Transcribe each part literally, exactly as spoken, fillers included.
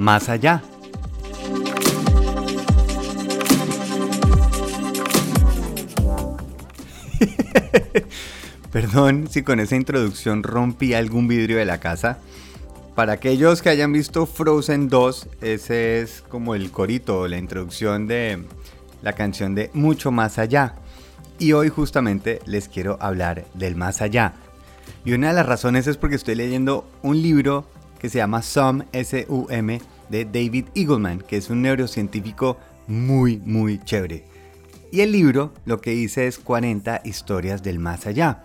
más allá. Perdón si con esa introducción rompí algún vidrio de la casa. Para aquellos que hayan visto Frozen dos, ese es como el corito, la introducción de la canción de Mucho Más Allá. Y hoy justamente les quiero hablar del más allá. Y una de las razones es porque estoy leyendo un libro que se llama Sum, S U M, de David Eagleman, que es un neurocientífico muy, muy chévere. Y el libro lo que dice es cuarenta historias del más allá.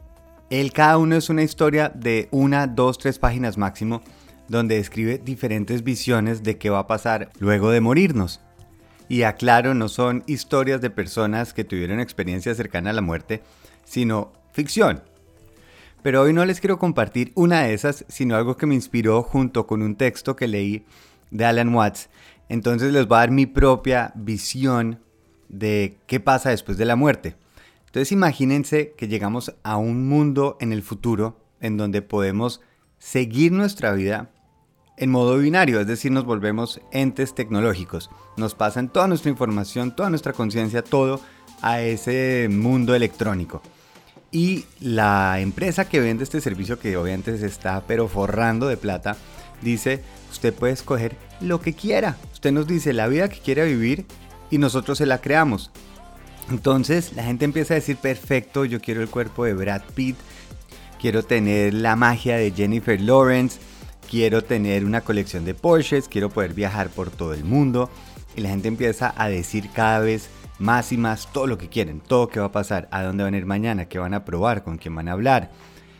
El cada uno es una historia de una, dos, tres páginas máximo, donde describe diferentes visiones de qué va a pasar luego de morirnos. Y aclaro, no son historias de personas que tuvieron experiencia cercana a la muerte, sino ficción. Pero hoy no les quiero compartir una de esas, sino algo que me inspiró junto con un texto que leí de Alan Watts. Entonces les voy a dar mi propia visión de qué pasa después de la muerte. Entonces imagínense que llegamos a un mundo en el futuro en donde podemos seguir nuestra vida en modo binario, es decir, nos volvemos entes tecnológicos. Nos pasan toda nuestra información, toda nuestra conciencia, todo a ese mundo electrónico. Y la empresa que vende este servicio, que obviamente se está pero forrando de plata, dice, usted puede escoger lo que quiera. Usted nos dice la vida que quiera vivir y nosotros se la creamos. Entonces la gente empieza a decir, perfecto, yo quiero el cuerpo de Brad Pitt, quiero tener la magia de Jennifer Lawrence, quiero tener una colección de Porsches, quiero poder viajar por todo el mundo. Y la gente empieza a decir cada vez más y más todo lo que quieren, todo qué va a pasar, a dónde van a ir mañana, qué van a probar, con quién van a hablar.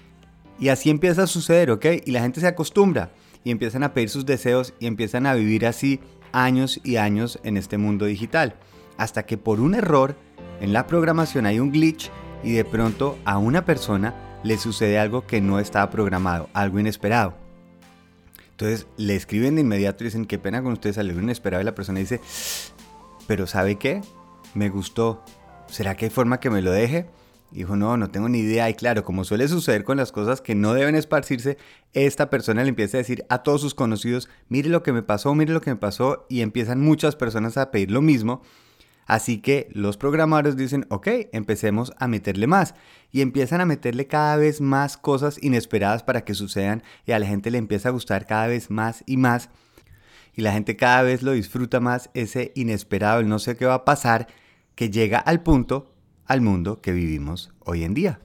Y así empieza a suceder, ¿ok? Y la gente se acostumbra y empiezan a pedir sus deseos y empiezan a vivir así años y años en este mundo digital. Hasta que por un error en la programación hay un glitch y de pronto a una persona le sucede algo que no estaba programado, algo inesperado. Entonces le escriben de inmediato y dicen, qué pena con ustedes, algo inesperado, y la persona dice, pero ¿sabe qué? Me gustó, ¿será que hay forma que me lo deje? Y dijo, no, no tengo ni idea. Y claro, como suele suceder con las cosas que no deben esparcirse, esta persona le empieza a decir a todos sus conocidos, mire lo que me pasó, mire lo que me pasó, y empiezan muchas personas a pedir lo mismo. Así que los programadores dicen, ok, empecemos a meterle más. Y empiezan a meterle cada vez más cosas inesperadas para que sucedan. Y a la gente le empieza a gustar cada vez más y más. Y la gente cada vez lo disfruta más, ese inesperado, el no sé qué va a pasar, que llega al punto, al mundo que vivimos hoy en día.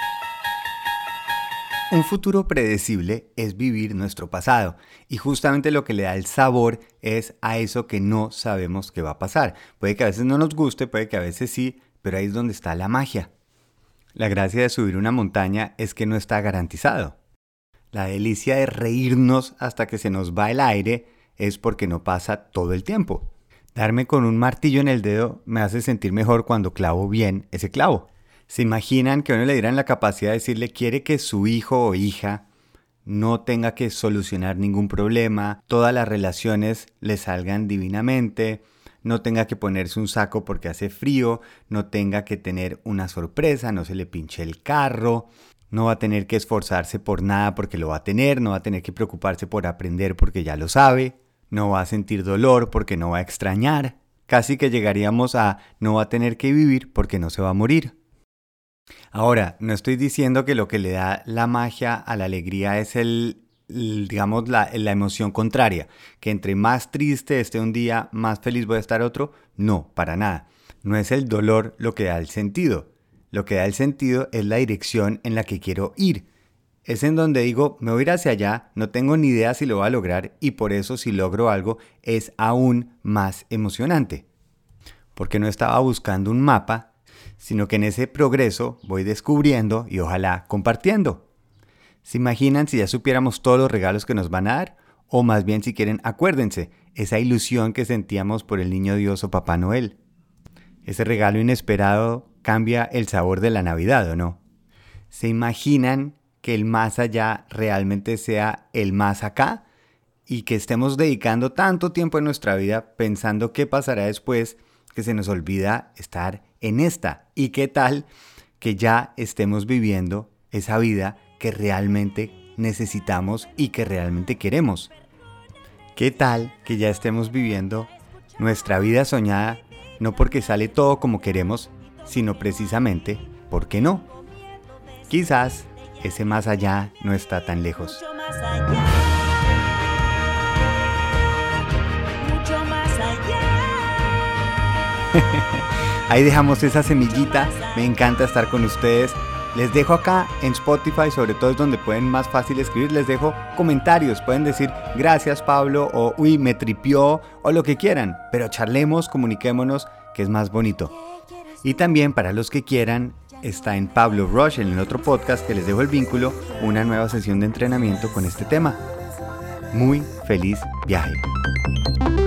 Un futuro predecible es vivir nuestro pasado, y justamente lo que le da el sabor es a eso que no sabemos qué va a pasar. Puede que a veces no nos guste, puede que a veces sí, pero ahí es donde está la magia. La gracia de subir una montaña es que no está garantizado. La delicia de reírnos hasta que se nos va el aire es porque no pasa todo el tiempo. Darme con un martillo en el dedo me hace sentir mejor cuando clavo bien ese clavo. ¿Se imaginan que a uno le dieran la capacidad de decirle quiere que su hijo o hija no tenga que solucionar ningún problema, todas las relaciones le salgan divinamente, no tenga que ponerse un saco porque hace frío, no tenga que tener una sorpresa, no se le pinche el carro, no va a tener que esforzarse por nada porque lo va a tener, no va a tener que preocuparse por aprender porque ya lo sabe, no va a sentir dolor porque no va a extrañar, casi que llegaríamos a no va a tener que vivir porque no se va a morir? Ahora, no estoy diciendo que lo que le da la magia a la alegría es el, el digamos, la, la emoción contraria, que entre más triste esté un día, más feliz voy a estar otro. No, para nada. No es el dolor lo que da el sentido. Lo que da el sentido es la dirección en la que quiero ir. Es en donde digo, me voy a ir hacia allá, no tengo ni idea si lo voy a lograr y por eso si logro algo es aún más emocionante. Porque no estaba buscando un mapa, sino que en ese progreso voy descubriendo y ojalá compartiendo. ¿Se imaginan si ya supiéramos todos los regalos que nos van a dar? O más bien si quieren, acuérdense, esa ilusión que sentíamos por el niño Dios o Papá Noel. Ese regalo inesperado cambia el sabor de la Navidad, ¿o no? ¿Se imaginan que el más allá realmente sea el más acá? Y que estemos dedicando tanto tiempo en nuestra vida pensando qué pasará después, que se nos olvida estar en esta. ¿Y qué tal que ya estemos viviendo esa vida que realmente necesitamos y que realmente queremos? ¿Qué tal que ya estemos viviendo nuestra vida soñada, no porque sale todo como queremos, sino precisamente porque no? Quizás ese más allá no está tan lejos. Mucho más allá, mucho más allá. Ahí dejamos esa semillita, me encanta estar con ustedes. Les dejo acá en Spotify, sobre todo es donde pueden más fácil escribir, les dejo comentarios, pueden decir gracias Pablo o uy me tripió o lo que quieran, pero charlemos, comuniquémonos que es más bonito. Y también para los que quieran, está en Pablo Rush, en el otro podcast que les dejo el vínculo, una nueva sesión de entrenamiento con este tema. Muy feliz viaje.